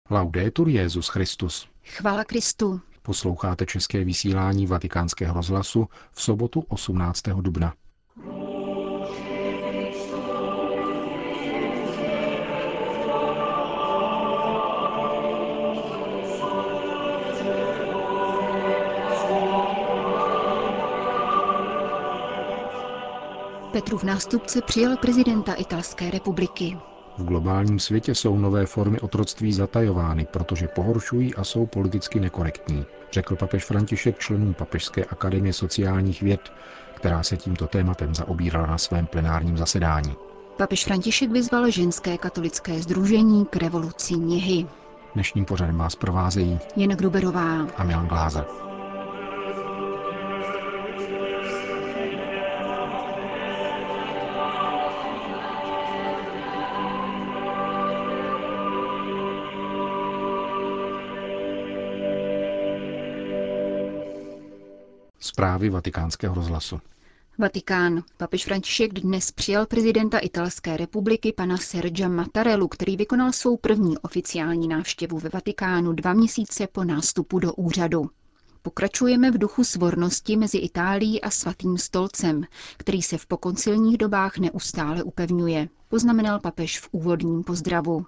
Laudetur Jesus Christus. Chvála Kristu. Posloucháte české vysílání Vatikánského rozhlasu v sobotu 18. dubna. Petrův nástupce přijal prezidenta Italské republiky. V globálním světě jsou nové formy otroctví zatajovány, protože pohoršují a jsou politicky nekorektní, řekl papež František členům Papežské akademie sociálních věd, která se tímto tématem zaobírala na svém plenárním zasedání. Papež František vyzval ženské katolické sdružení k revoluci něhy. Dnešním pořadem vás provázejí Jana Gruberová a Milan Glázer. Zprávy Vatikánského rozhlasu. Vatikán. Papež František dnes přijal prezidenta Italské republiky pana Sergia Mattarellu, který vykonal svou první oficiální návštěvu ve Vatikánu 2 měsíce po nástupu do úřadu. Pokračujeme v duchu svornosti mezi Itálií a Svatým stolcem, který se v pokoncilních dobách neustále upevňuje, poznamenal papež v úvodním pozdravu.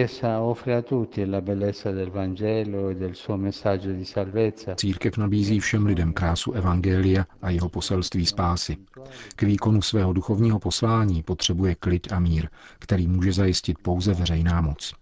Církev nabízí všem lidem krásu evangelia a jeho poselství spásy. K výkonu svého duchovního poslání potřebuje klid a mír, který může zajistit pouze veřejná moc.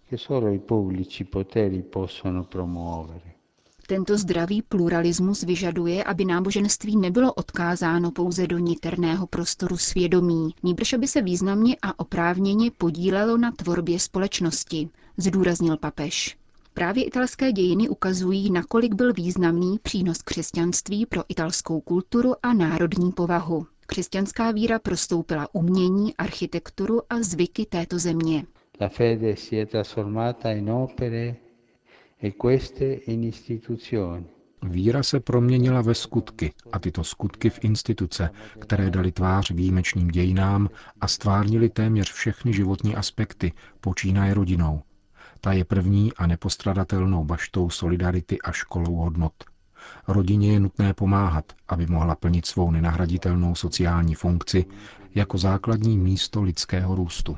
Tento zdravý pluralismus vyžaduje, aby náboženství nebylo odkázáno pouze do niterného prostoru svědomí, nýbrž aby se významně a oprávněně podílelo na tvorbě společnosti, zdůraznil papež. Právě italské dějiny ukazují, nakolik byl významný přínos křesťanství pro italskou kulturu a národní povahu. Křesťanská víra prostoupila umění, architekturu a zvyky této země. La fede si è trasformata in opere e queste in istituzioni. Víra se proměnila ve skutky a tyto skutky v instituce, které dali tvář výjimečným dějinám a stvárnily téměř všechny životní aspekty, počínaje rodinou. Ta je první a nepostradatelnou baštou solidarity a školou hodnot. Rodině je nutné pomáhat, aby mohla plnit svou nenahraditelnou sociální funkci jako základní místo lidského růstu.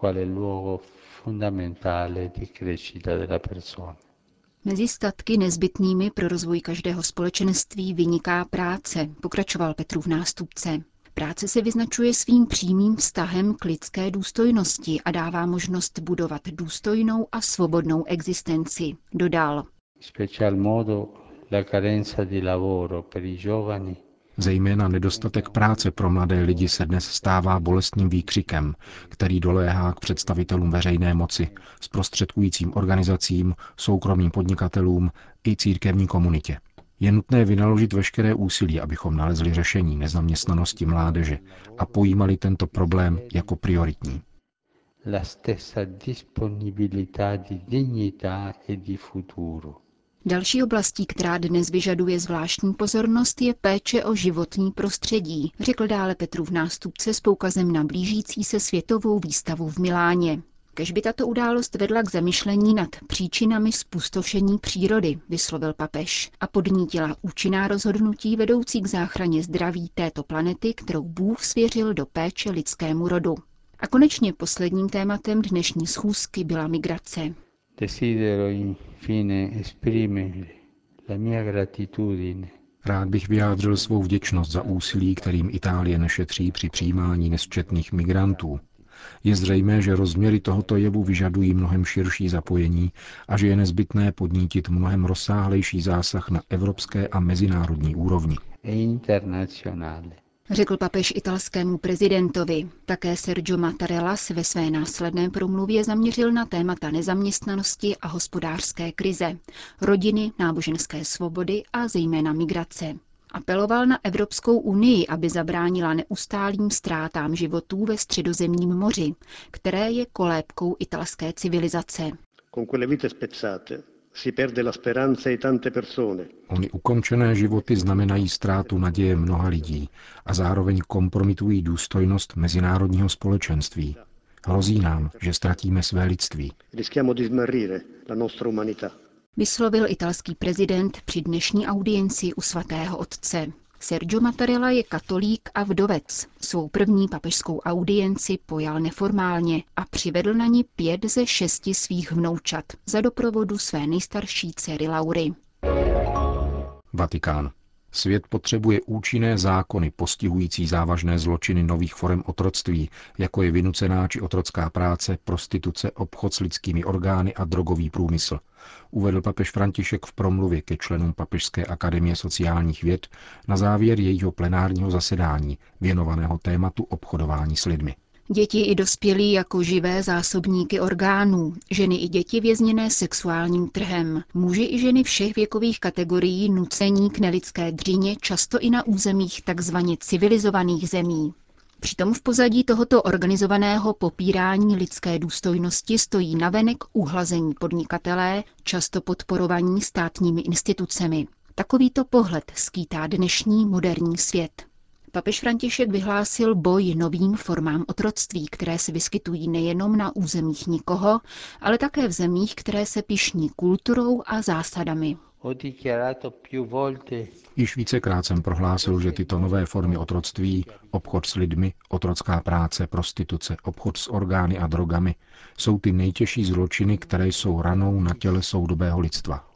Mezi statky nezbytnými pro rozvoj každého společenství vyniká práce, pokračoval Petrův nástupce. Práce se vyznačuje svým přímým vztahem k lidské důstojnosti a dává možnost budovat důstojnou a svobodnou existenci, dodal. Zejména nedostatek práce pro mladé lidi se dnes stává bolestným výkřikem, který doléhá k představitelům veřejné moci, zprostředkujícím organizacím, soukromým podnikatelům i církevní komunitě. Je nutné vynaložit veškeré úsilí, abychom nalezli řešení nezaměstnanosti mládeže a pojímali tento problém jako prioritní. La stessa disponibilità di dignità e di futuro. Další oblastí, která dnes vyžaduje zvláštní pozornost, je péče o životní prostředí, řekl dále Petrův nástupce s poukazem na blížící se světovou výstavu v Miláně. Kež by tato událost vedla k zamyšlení nad příčinami zpustošení přírody, vyslovil papež, a podnítila účinná rozhodnutí vedoucí k záchraně zdraví této planety, kterou Bůh svěřil do péče lidskému rodu. A konečně posledním tématem dnešní schůzky byla migrace. Desidero infine esprimere la mia gratitudine. Rád bych vyjádřil svou vděčnost za úsilí, kterým Itálie nešetří při přijímání nesčetných migrantů. Je zřejmé, že rozměry tohoto jevu vyžadují mnohem širší zapojení a že je nezbytné podnítit mnohem rozsáhlejší zásah na evropské a mezinárodní úrovni. Řekl papež italskému prezidentovi. Také Sergio Mattarella se ve své následné promluvě zaměřil na témata nezaměstnanosti a hospodářské krize, rodiny, náboženské svobody a zejména migrace. Apeloval na Evropskou unii, aby zabránila neustálým ztrátám životů ve Středozemním moři, které je kolébkou italské civilizace. Ony ukončené životy znamenají ztrátu naděje mnoha lidí a zároveň kompromitují důstojnost mezinárodního společenství. Hrozí nám, že ztratíme své lidství. Vyslovil italský prezident při dnešní audienci u svatého otce. Sergio Mattarella je katolík a vdovec. Svou první papežskou audienci pojal neformálně a přivedl na ni 5 ze 6 svých vnoučat za doprovodu své nejstarší dcery Laury. Vatikán. Svět potřebuje účinné zákony postihující závažné zločiny nových forem otroctví, jako je vynucená či otrocká práce, prostituce, obchod s lidskými orgány a drogový průmysl, uvedl papež František v promluvě ke členům Papežské akademie sociálních věd na závěr jejího plenárního zasedání věnovaného tématu obchodování s lidmi. Děti i dospělí jako živé zásobníky orgánů, ženy i děti vězněné sexuálním trhem, muži i ženy všech věkových kategorií nucení k nelidské dřině, často i na územích takzvaně civilizovaných zemí. Přitom v pozadí tohoto organizovaného popírání lidské důstojnosti stojí navenek uhlazení podnikatelé, často podporovaní státními institucemi. Takovýto pohled skýtá dnešní moderní svět. Papež František vyhlásil boj novým formám otroctví, které se vyskytují nejenom na územích nikoho, ale také v zemích, které se pyšní kulturou a zásadami. Již vícekrát jsem prohlásil, že tyto nové formy otroctví, obchod s lidmi, otrocká práce, prostituce, obchod s orgány a drogami, jsou ty nejtěžší zločiny, které jsou ranou na těle soudobého lidstva.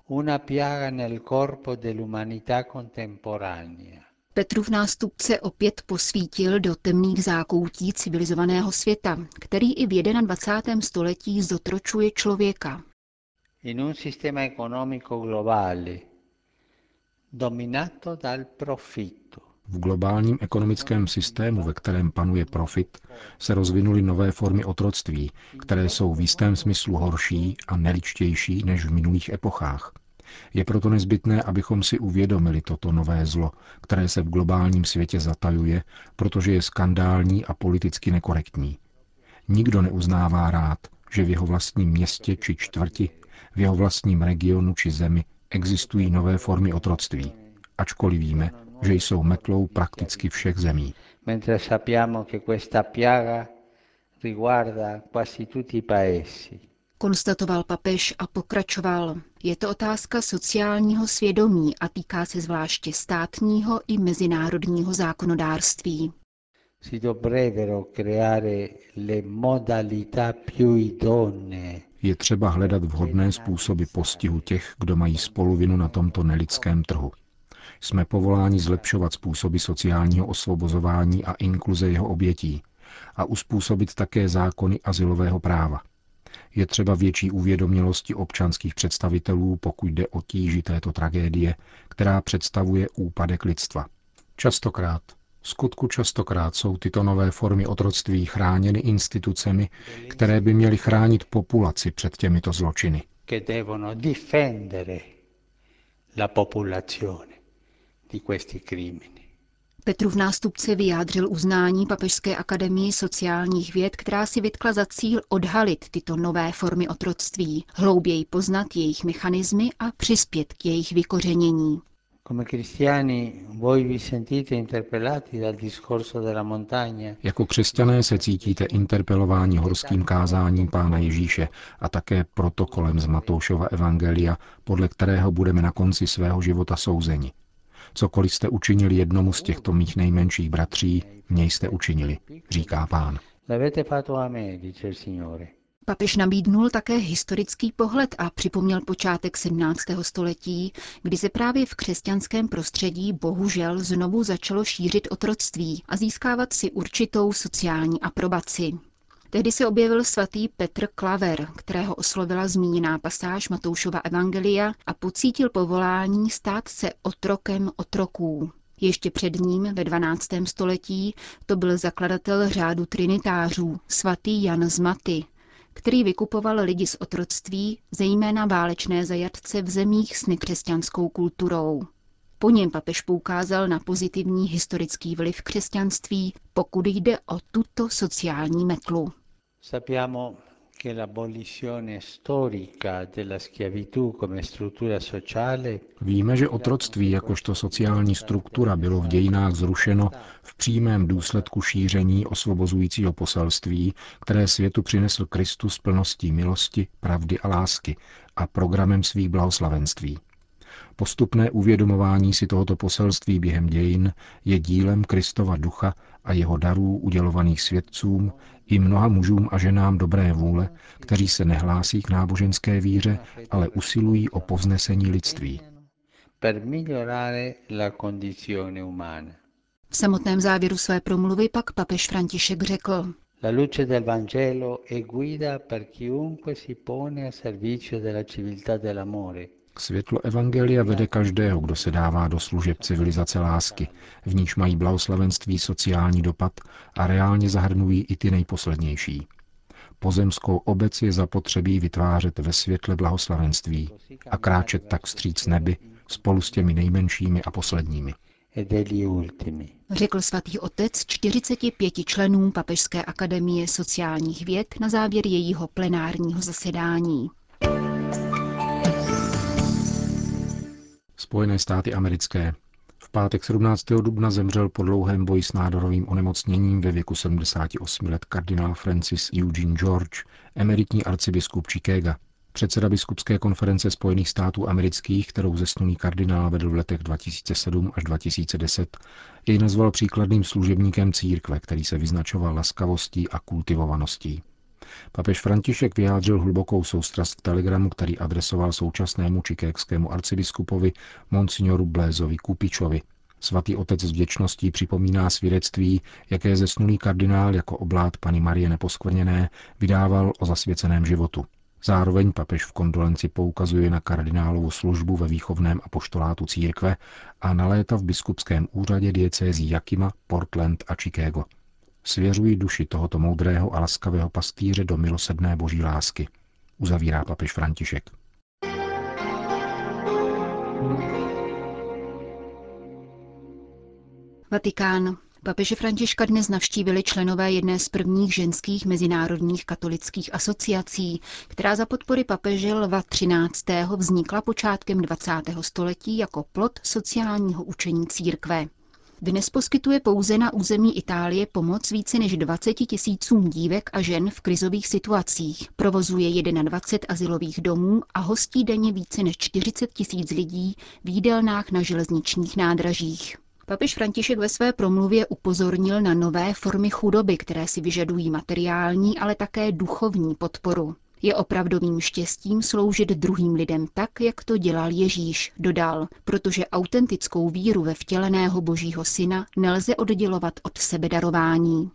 Petrův nástupce opět posvítil do temných zákoutí civilizovaného světa, který i v 21. století zotročuje člověka. In un sistema economico globale dominato dal profitto. V globálním ekonomickém systému, ve kterém panuje profit, se rozvinuly nové formy otroctví, které jsou v jistém smyslu horší a nelidštější než v minulých epochách. Je proto nezbytné, abychom si uvědomili toto nové zlo, které se v globálním světě zatajuje, protože je skandální a politicky nekorektní. Nikdo neuznává rád, že v jeho vlastním městě či čtvrti, v jeho vlastním regionu či zemi existují nové formy otroctví, ačkoliv víme, že jsou metlou prakticky všech zemí. Mentre sappiamo che questa piaga riguarda quasi tutti i paesi. Konstatoval papež a pokračoval. Je to otázka sociálního svědomí a týká se zvláště státního i mezinárodního zákonodárství. Si dovrebbero creare le modalità più idonee. Je třeba hledat vhodné způsoby postihu těch, kdo mají spoluvinu na tomto nelidském trhu. Jsme povoláni zlepšovat způsoby sociálního osvobozování a inkluze jeho obětí a uspůsobit také zákony azylového práva. Je třeba větší uvědomělosti občanských představitelů, pokud jde o tíži této tragédie, která představuje úpadek lidstva. Častokrát jsou tyto nové formy otroctví chráněny institucemi, které by měly chránit populaci před těmito zločiny. Che devono difendere la popolazione di questi crimini. Petrův nástupce vyjádřil uznání Papežské akademii sociálních věd, která si vytkla za cíl odhalit tyto nové formy otroctví, hlouběji poznat jejich mechanismy a přispět k jejich vykořenění. Jako křesťané se cítíte interpelováni horským kázáním Pána Ježíše a také protokolem z Matoušova evangelia, podle kterého budeme na konci svého života souzeni. Cokoliv jste učinili jednomu z těchto mých nejmenších bratří, mně jste učinili, říká Pán. Papež nabídnul také historický pohled a připomněl počátek 17. století, kdy se právě v křesťanském prostředí bohužel znovu začalo šířit otroctví a získávat si určitou sociální aprobaci. Tehdy se objevil svatý Petr Klaver, kterého oslovila zmíněná pasáž Matoušova evangelia a pocítil povolání stát se otrokem otroků. Ještě před ním ve 12. století to byl zakladatel řádu trinitářů, svatý Jan z Maty, který vykupoval lidi z otroctví, zejména válečné zajatce v zemích s nekřesťanskou kulturou. Po něm papež poukázal na pozitivní historický vliv křesťanství, pokud jde o tuto sociální metlu. che l'abolizione storica della schiavitù come struttura sociale. Víme, že otroctví jakožto sociální struktura bylo v dějinách zrušeno v přímém důsledku šíření osvobozujícího poselství, které světu přinesl Kristus plností milosti, pravdy a lásky a programem svých blahoslavenství. Postupné uvědomování si tohoto poselství během dějin je dílem Kristova ducha a jeho darů udělovaných svědcům i mnoha mužům a ženám dobré vůle, kteří se nehlásí k náboženské víře, ale usilují o povznesení lidství. V samotném závěru své promluvy pak papež František řekl: La luce del Vangelo è guida per chiunque si pone a servizio della civiltà dell'amore. Světlo evangelia vede každého, kdo se dává do služeb civilizace lásky, v níž mají blahoslavenství sociální dopad a reálně zahrnují i ty nejposlednější. Pozemskou obec je zapotřebí vytvářet ve světle blahoslavenství a kráčet tak vstříc nebi spolu s těmi nejmenšími a posledními. Řekl svatý otec 45 členům Papežské akademie sociálních věd na závěr jejího plenárního zasedání. Spojené státy americké. V pátek 17. dubna zemřel po dlouhém boji s nádorovým onemocněním ve věku 78 let kardinál Francis Eugene George, emeritní arcibiskup Chicaga. Předseda biskupské konference Spojených států amerických, kterou zesnulý kardinál vedl v letech 2007 až 2010, jej nazval příkladným služebníkem církve, který se vyznačoval laskavostí a kultivovaností. Papež František vyjádřil hlubokou soustrast v telegramu, který adresoval současnému čikékskému arcibiskupovi monsignoru Blaiseovi Kupičovi. Svatý otec s vděčností připomíná svědectví, jaké zesnulý kardinál jako oblát Panny Marie Neposkvrněné vydával o zasvěceném životu. Zároveň papež v kondolenci poukazuje na kardinálovu službu ve výchovném apoštolátu církve a na léta v biskupském úřadě diecézí Yakima, Portland a Chicago. Svěřují duši tohoto moudrého a laskavého pastýře do milosrdné boží lásky, uzavírá papež František. Vatikán. Papeže Františka dnes navštívili členové jedné z prvních ženských mezinárodních katolických asociací, která za podpory papeže Lva XIII. Vznikla počátkem 20. století jako plod sociálního učení církve. Dnes poskytuje pouze na území Itálie pomoc více než 20 tisícům dívek a žen v krizových situacích, provozuje 21 azylových domů a hostí denně více než 40 tisíc lidí v jídelnách na železničních nádražích. Papež František ve své promluvě upozornil na nové formy chudoby, které si vyžadují materiální, ale také duchovní podporu. Je opravdovým štěstím sloužit druhým lidem tak, jak to dělal Ježíš, dodal, protože autentickou víru ve vtěleného Božího Syna nelze oddělovat od sebedarování.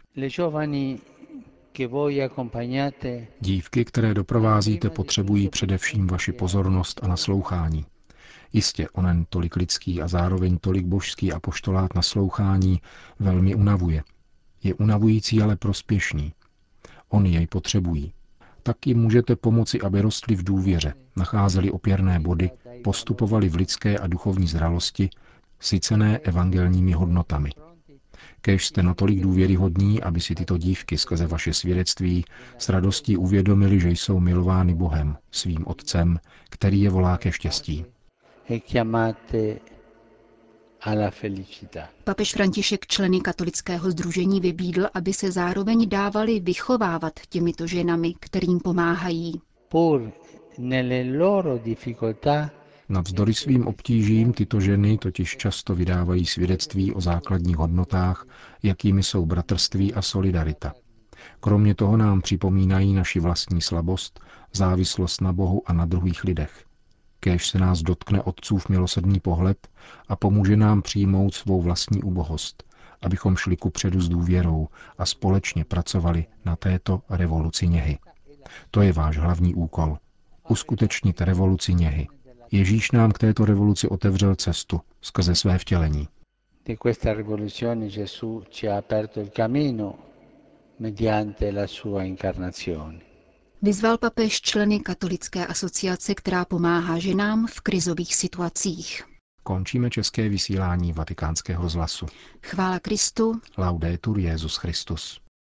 Dívky, které doprovázíte, potřebují především vaši pozornost a naslouchání. Jistě onen tolik lidský a zároveň tolik božský apoštolát naslouchání velmi unavuje. Je unavující, ale prospěšný. Oni jej potřebují. Tak jim můžete pomoci, aby rostli v důvěře, nacházeli opěrné body, postupovali v lidské a duchovní zralosti, sycené evangelními hodnotami. Kéž jste natolik důvěryhodní, aby si tyto dívky skrze vaše svědectví s radostí uvědomili, že jsou milovány Bohem, svým Otcem, který je volá ke štěstí. Papež František členy katolického sdružení vybídl, aby se zároveň dávali vychovávat těmito ženami, kterým pomáhají. Navzdory svým obtížím tyto ženy totiž často vydávají svědectví o základních hodnotách, jakými jsou bratrství a solidarita. Kromě toho nám připomínají naši vlastní slabost, závislost na Bohu a na druhých lidech. Kéž se nás dotkne Otcův milosrdný pohled a pomůže nám přijmout svou vlastní ubohost, abychom šli kupředu s důvěrou a společně pracovali na této revoluci něhy. To je váš hlavní úkol. Uskutečnit revoluci něhy. Ježíš nám k této revoluci otevřel cestu skrze své vtělení. Di questa rivoluzione Gesù ci ha aperto il cammino mediante la sua incarnazione. Vyzval papež členy katolické asociace, která pomáhá ženám v krizových situacích. Končíme české vysílání Vatikánského rozhlasu. Chvála Kristu. Laudetur Jesus Christus.